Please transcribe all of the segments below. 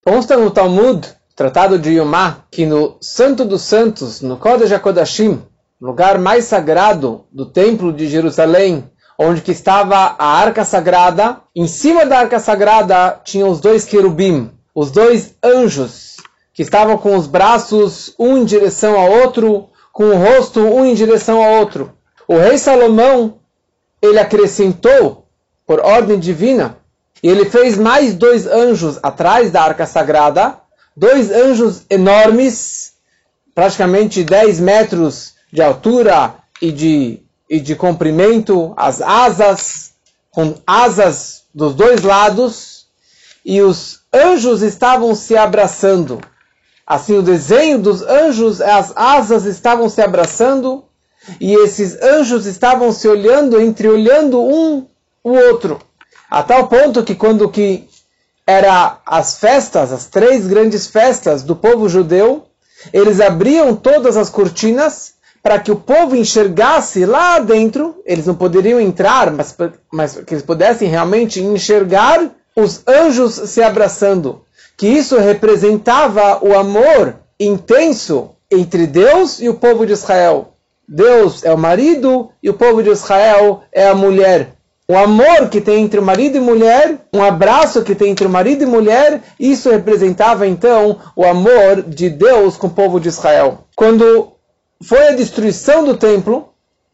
Consta no Talmud, Tratado de Yomá, que no Santo dos Santos, no Kodesh HaKodashim, lugar mais sagrado do Templo de Jerusalém, onde que estava a Arca Sagrada, em cima da Arca Sagrada tinham os dois querubim, os dois anjos, que estavam com os braços um em direção ao outro, com o rosto um em direção ao outro. O rei Salomão, ele acrescentou, por ordem divina, e ele fez mais dois anjos atrás da Arca Sagrada, dois anjos enormes, praticamente 10 metros de altura e de comprimento, as asas, com asas dos dois lados, e os anjos estavam se abraçando. Assim, o desenho dos anjos, as asas estavam se abraçando, e esses anjos estavam se olhando, entreolhando um o outro. A tal ponto que quando que era as festas, as 3 grandes festas do povo judeu, eles abriam todas as cortinas para que o povo enxergasse lá dentro, eles não poderiam entrar, mas que eles pudessem realmente enxergar os anjos se abraçando. Que isso representava o amor intenso entre Deus e o povo de Israel. Deus é o marido e o povo de Israel é a mulher. O amor que tem entre o marido e mulher, um abraço que tem entre o marido e mulher, isso representava então o amor de Deus com o povo de Israel. Quando foi a destruição do templo,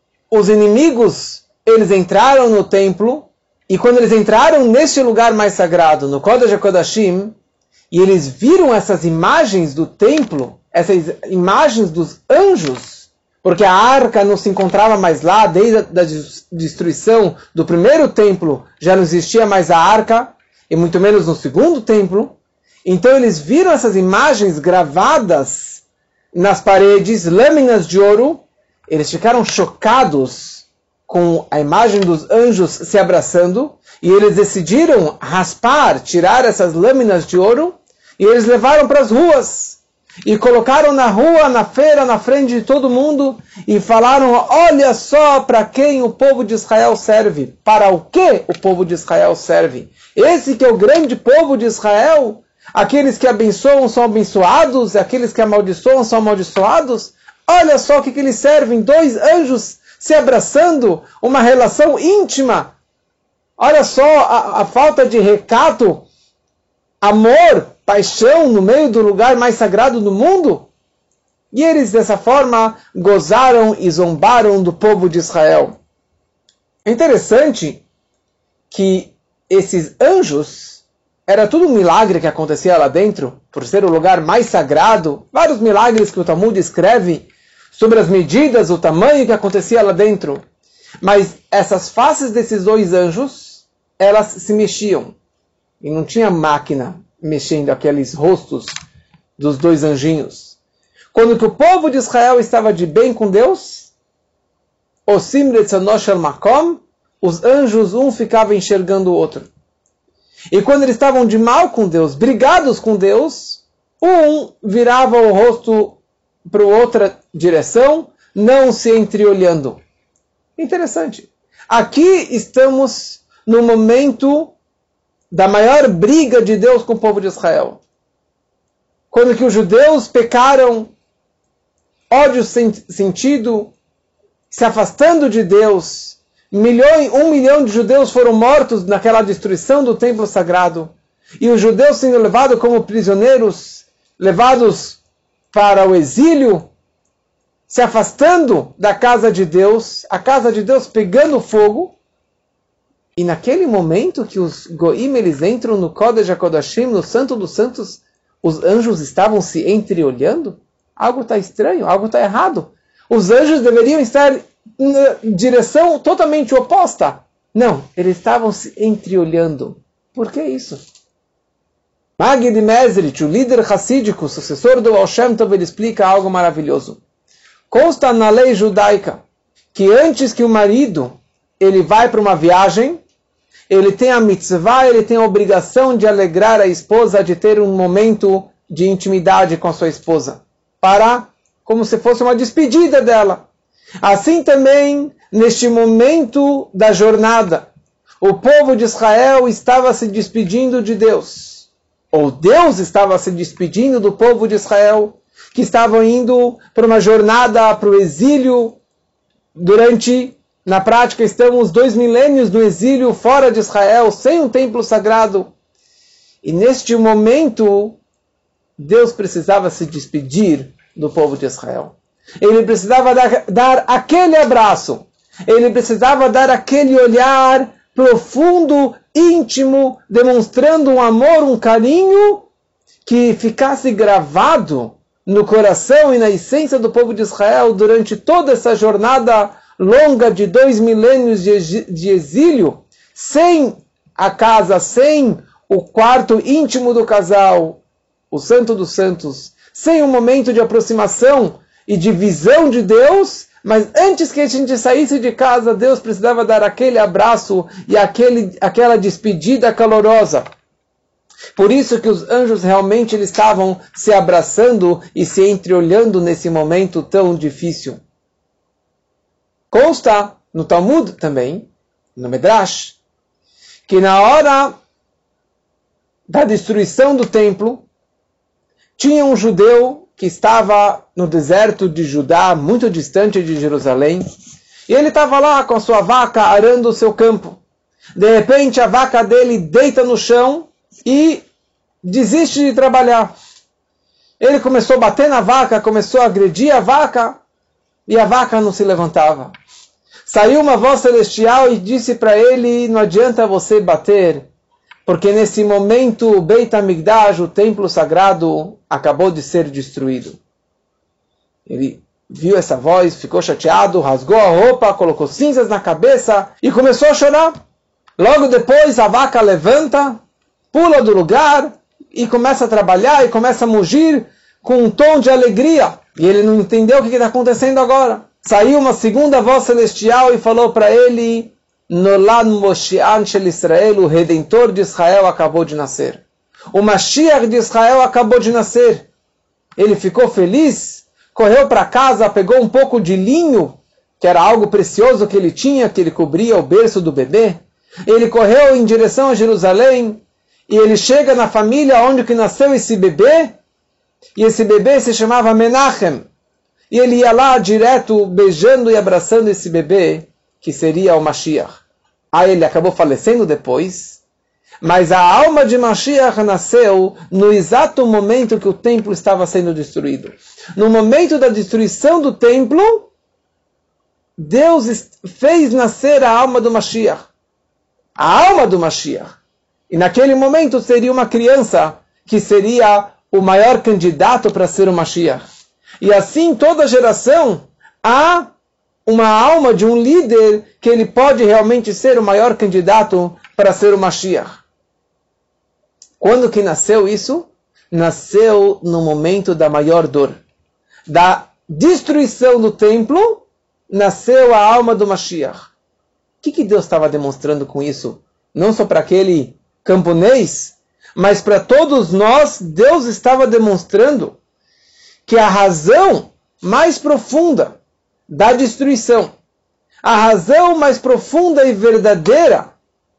os inimigos, eles entraram no templo, e quando eles entraram neste lugar mais sagrado, no Kodesh HaKodashim, e eles viram essas imagens do templo, essas imagens dos anjos, porque a arca não se encontrava mais lá, desde a destruição do primeiro templo, já não existia mais a arca, e muito menos no segundo templo. Então eles viram essas imagens gravadas nas paredes, lâminas de ouro, eles ficaram chocados com a imagem dos anjos se abraçando, e eles decidiram raspar, tirar essas lâminas de ouro, e eles levaram para as ruas. E colocaram na rua, na feira, na frente de todo mundo, e falaram, olha só para quem o povo de Israel serve. Para o que o povo de Israel serve? Esse que é o grande povo de Israel? Aqueles que abençoam são abençoados, aqueles que amaldiçoam são amaldiçoados? Olha só o que eles servem, 2 anjos se abraçando, uma relação íntima. Olha só a falta de recato, amor, paixão no meio do lugar mais sagrado do mundo. E eles dessa forma gozaram e zombaram do povo de Israel. É interessante que esses anjos, era tudo um milagre que acontecia lá dentro, por ser o lugar mais sagrado, vários milagres que o Talmud escreve sobre as medidas, o tamanho que acontecia lá dentro. Mas essas faces desses 2 anjos, elas se mexiam. E não tinha máquina mexendo aqueles rostos dos 2 anjinhos. Quando que o povo de Israel estava de bem com Deus, os anjos um ficava enxergando o outro. E quando eles estavam de mal com Deus, brigados com Deus, um virava o rosto para outra direção, não se entreolhando. Interessante. Aqui estamos no momento da maior briga de Deus com o povo de Israel. Quando que os judeus pecaram, ódio sentido, se afastando de Deus, 1 milhão de judeus foram mortos naquela destruição do templo sagrado, e os judeus sendo levados como prisioneiros, levados para o exílio, se afastando da casa de Deus, a casa de Deus pegando fogo. E naquele momento que os Goim eles entram no Kodesh HaKodashim, no Santo dos Santos, os anjos estavam se entreolhando? Algo está estranho, algo está errado. Os anjos deveriam estar na direção totalmente oposta. Não, eles estavam se entreolhando. Por que isso? Magid Mezrich, o líder hassídico, sucessor do Baal Shem Tov, ele explica algo maravilhoso. Consta na lei judaica que antes que o marido ele vai para uma viagem, ele tem a mitzvah, ele tem a obrigação de alegrar a esposa, de ter um momento de intimidade com a sua esposa, para, como se fosse uma despedida dela. Assim também, neste momento da jornada, o povo de Israel estava se despedindo de Deus. ou Deus estava se despedindo do povo de Israel, que estavam indo para uma jornada para o exílio. Na prática, estamos 2 milênios do exílio fora de Israel, sem um templo sagrado. E neste momento, Deus precisava se despedir do povo de Israel. Ele precisava dar aquele abraço. Ele precisava dar aquele olhar profundo, íntimo, demonstrando um amor, um carinho que ficasse gravado no coração e na essência do povo de Israel durante toda essa jornada longa de 2 milênios de exílio, sem a casa, sem o quarto íntimo do casal, o Santo dos Santos, sem um momento de aproximação e de visão de Deus, mas antes que a gente saísse de casa, Deus precisava dar aquele abraço e aquela despedida calorosa. Por isso que os anjos realmente eles estavam se abraçando e se entreolhando nesse momento tão difícil. Consta no Talmud também, no Medrash, que na hora da destruição do templo, tinha um judeu que estava no deserto de Judá, muito distante de Jerusalém, e ele estava lá com a sua vaca arando o seu campo. De repente a vaca dele deita no chão e desiste de trabalhar. Ele começou a bater na vaca, começou a agredir a vaca, e a vaca não se levantava. Saiu uma voz celestial e disse para ele: não adianta você bater, porque nesse momento o Beit HaMikdash, o templo sagrado, acabou de ser destruído. Ele viu essa voz, ficou chateado, rasgou a roupa, colocou cinzas na cabeça e começou a chorar. Logo depois a vaca levanta, pula do lugar e começa a trabalhar e começa a mugir com um tom de alegria. E ele não entendeu o que está acontecendo agora. Saiu uma segunda voz celestial e falou para ele: Nolad Moshiach Shel Israel, o Redentor de Israel acabou de nascer. O Mashiach de Israel acabou de nascer. Ele ficou feliz, correu para casa, pegou um pouco de linho, que era algo precioso que ele tinha, que ele cobria o berço do bebê. Ele correu em direção a Jerusalém, e ele chega na família onde que nasceu esse bebê, e esse bebê se chamava Menachem. E ele ia lá direto, beijando e abraçando esse bebê, que seria o Mashiach. Aí ele acabou falecendo depois, mas a alma de Mashiach nasceu no exato momento que o templo estava sendo destruído. No momento da destruição do templo, Deus fez nascer a alma do Mashiach. A alma do Mashiach. E naquele momento seria uma criança que seria o maior candidato para ser o Mashiach. E assim toda geração há uma alma de um líder que ele pode realmente ser o maior candidato para ser o Mashiach. Quando que nasceu isso? Nasceu no momento da maior dor. Da destruição do templo, nasceu a alma do Mashiach. O que Deus estava demonstrando com isso? Não só para aquele camponês, mas para todos nós, Deus estava demonstrando que a razão mais profunda da destruição, a razão mais profunda e verdadeira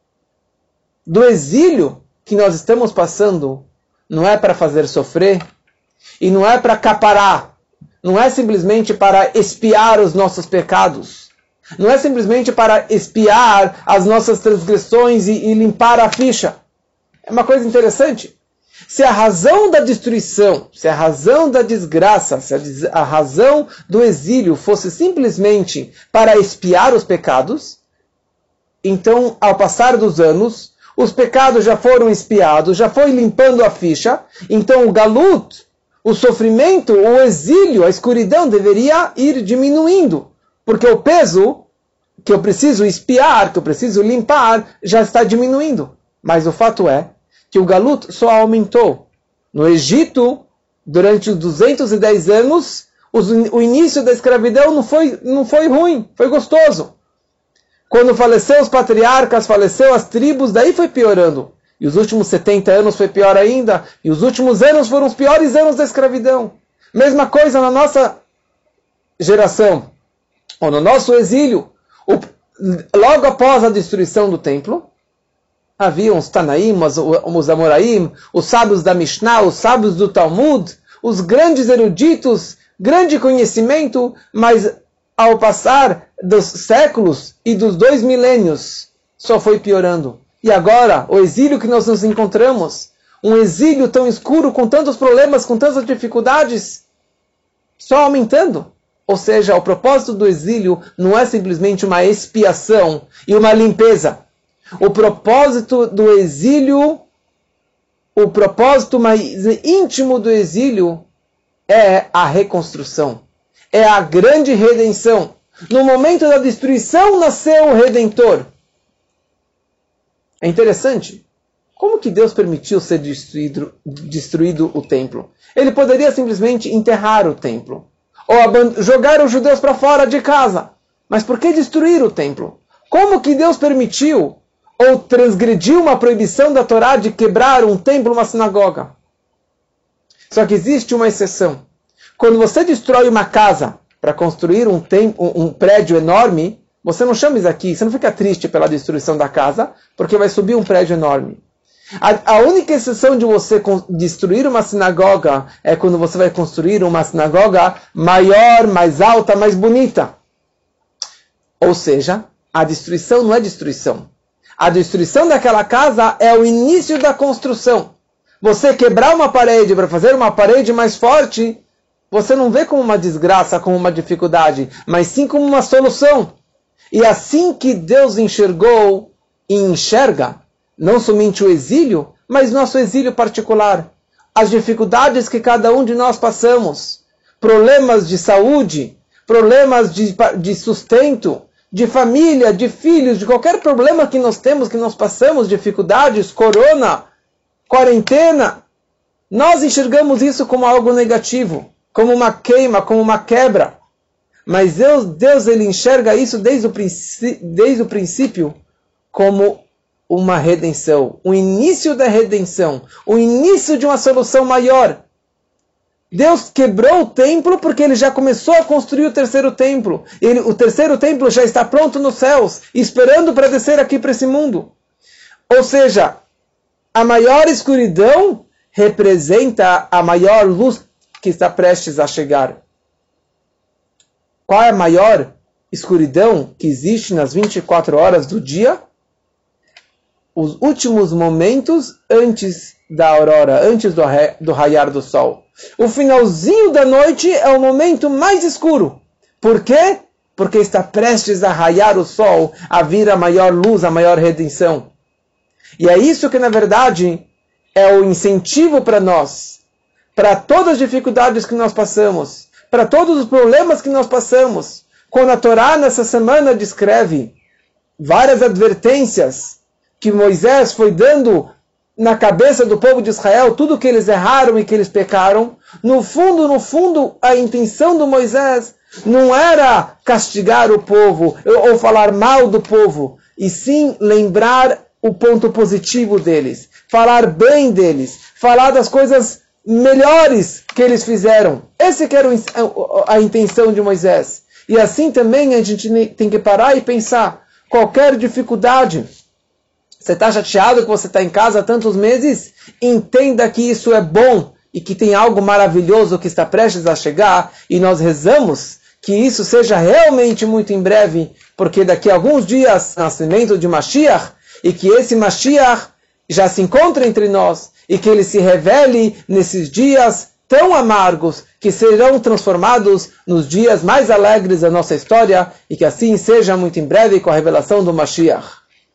do exílio que nós estamos passando, não é para fazer sofrer, e não é para acaparar, não é simplesmente para expiar os nossos pecados, não é simplesmente para expiar as nossas transgressões e limpar a ficha. É uma coisa interessante. Se a razão da destruição, se a razão da desgraça, se a razão do exílio fosse simplesmente para expiar os pecados, então, ao passar dos anos, os pecados já foram expiados, já foi limpando a ficha, então o galut, o sofrimento, o exílio, a escuridão deveria ir diminuindo, porque o peso que eu preciso expiar, que eu preciso limpar, já está diminuindo. Mas o fato é que o galut só aumentou. No Egito, durante os 210 anos, o início da escravidão não foi ruim, foi gostoso. Quando faleceu os patriarcas, faleceu as tribos, daí foi piorando. E os últimos 70 anos foi pior ainda, e os últimos anos foram os piores anos da escravidão. Mesma coisa na nossa geração, ou no nosso exílio. Logo após a destruição do templo, Havia os Tanaim, os Amoraim, os sábios da Mishnah, os sábios do Talmud, os grandes eruditos, grande conhecimento, mas ao passar dos séculos e dos 2 milênios, só foi piorando. E agora, o exílio que nós nos encontramos, um exílio tão escuro, com tantos problemas, com tantas dificuldades, só aumentando. Ou seja, o propósito do exílio não é simplesmente uma expiação e uma limpeza. O propósito do exílio, o propósito mais íntimo do exílio é a reconstrução. É a grande redenção. No momento da destruição nasceu o Redentor. É interessante. Como que Deus permitiu ser destruído o templo? Ele poderia simplesmente enterrar o templo. Ou jogar os judeus para fora de casa. Mas por que destruir o templo? Como que Deus permitiu ou transgrediu uma proibição da Torá de quebrar um templo, uma sinagoga? Só que existe uma exceção. Quando você destrói uma casa para construir um prédio enorme, você não chama isso aqui, você não fica triste pela destruição da casa, porque vai subir um prédio enorme. A única exceção de você destruir uma sinagoga é quando você vai construir uma sinagoga maior, mais alta, mais bonita. Ou seja, a destruição não é destruição. A destruição daquela casa é o início da construção. Você quebrar uma parede para fazer uma parede mais forte, você não vê como uma desgraça, como uma dificuldade, mas sim como uma solução. E assim que Deus enxergou e enxerga, não somente o exílio, mas nosso exílio particular. As dificuldades que cada um de nós passamos. Problemas de saúde, problemas de sustento, de família, de filhos, de qualquer problema que nós temos, que nós passamos, dificuldades, corona, quarentena. Nós enxergamos isso como algo negativo, como uma queima, como uma quebra. Mas Deus ele enxerga isso desde o princípio como uma redenção, o início da redenção, o início de uma solução maior. Deus quebrou o templo porque ele já começou a construir o terceiro templo. O terceiro templo já está pronto nos céus, esperando para descer aqui para esse mundo. Ou seja, a maior escuridão representa a maior luz que está prestes a chegar. Qual é a maior escuridão que existe nas 24 horas do dia? Os últimos momentos antes da aurora, antes do raiar do sol. O finalzinho da noite é o momento mais escuro. Por quê? Porque está prestes a raiar o sol, a vir a maior luz, a maior redenção. E é isso que, na verdade, é o incentivo para nós, para todas as dificuldades que nós passamos, para todos os problemas que nós passamos. Quando a Torá, nessa semana, descreve várias advertências que Moisés foi dando na cabeça do povo de Israel, tudo que eles erraram e que eles pecaram, no fundo, a intenção do Moisés não era castigar o povo ou falar mal do povo, e sim lembrar o ponto positivo deles, falar bem deles, falar das coisas melhores que eles fizeram. Essa que era a intenção de Moisés. E assim também a gente tem que parar e pensar, qualquer dificuldade, você está chateado que você está em casa há tantos meses? Entenda que isso é bom e que tem algo maravilhoso que está prestes a chegar, e nós rezamos que isso seja realmente muito em breve, porque daqui a alguns dias, nascimento de Mashiach, e que esse Mashiach já se encontre entre nós, e que ele se revele nesses dias tão amargos, que serão transformados nos dias mais alegres da nossa história, e que assim seja muito em breve com a revelação do Mashiach.